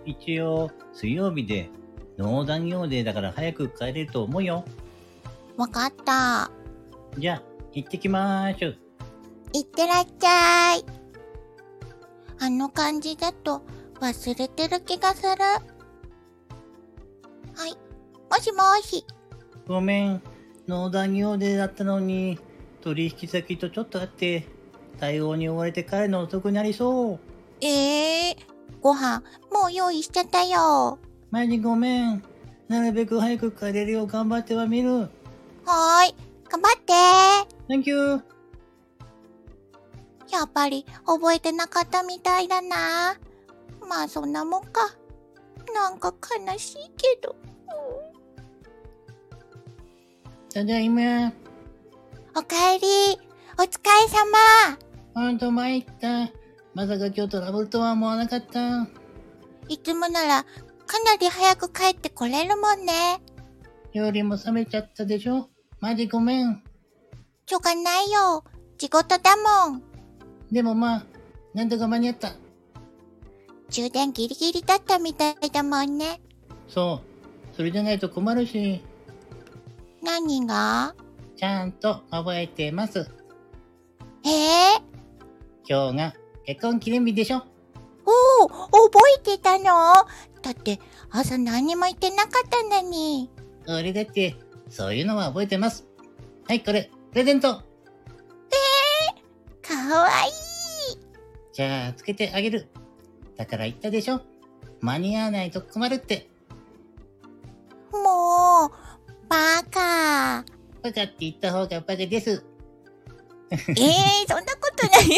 一応、水曜日で、農残業デーだから早く帰れると思うよ。 わかった。 じゃあ、行ってきまーす。 いってらっしゃい。あの感じだと忘れてる気がする。はい。もしもーし。 ごめん、農残業デーだったのに、取引先とちょっと会って、対応に追われて帰るの遅くなりそう。 ご飯、もう用意しちゃったよ。 マジごめん。なるべく早く帰れるよう頑張ってはみる。 はーい。頑張ってー。 Thank you。 やっぱり覚えてなかったみたいだな。まあそんなもんか。なんか悲しいけど。 ただいま。 おかえり。お疲れ様。 ほんと参った。まさか今日トラブルとは思わなかった。 いつもならかなり早く帰ってこれるもんね。 料理も冷めちゃったでしょ。マジごめん。 しょうがないよ。仕事だもん。 でもまあ、なんとか間に合った。 充電ギリギリだったみたいだもんね。 そう。それじゃないと困るし。 何が？ ちゃんと覚えてます。今日が結婚記念日でしょ。 おお、覚えてたの？だって朝何も言ってなかったのに。 俺だって、そういうのは覚えてます。はい、これ、プレゼント。 かわいい。 じゃあ、つけてあげる。だから言ったでしょ。間に合わないと困るって。 もう、バカ。 バカって言った方がバカです。 そんなことない。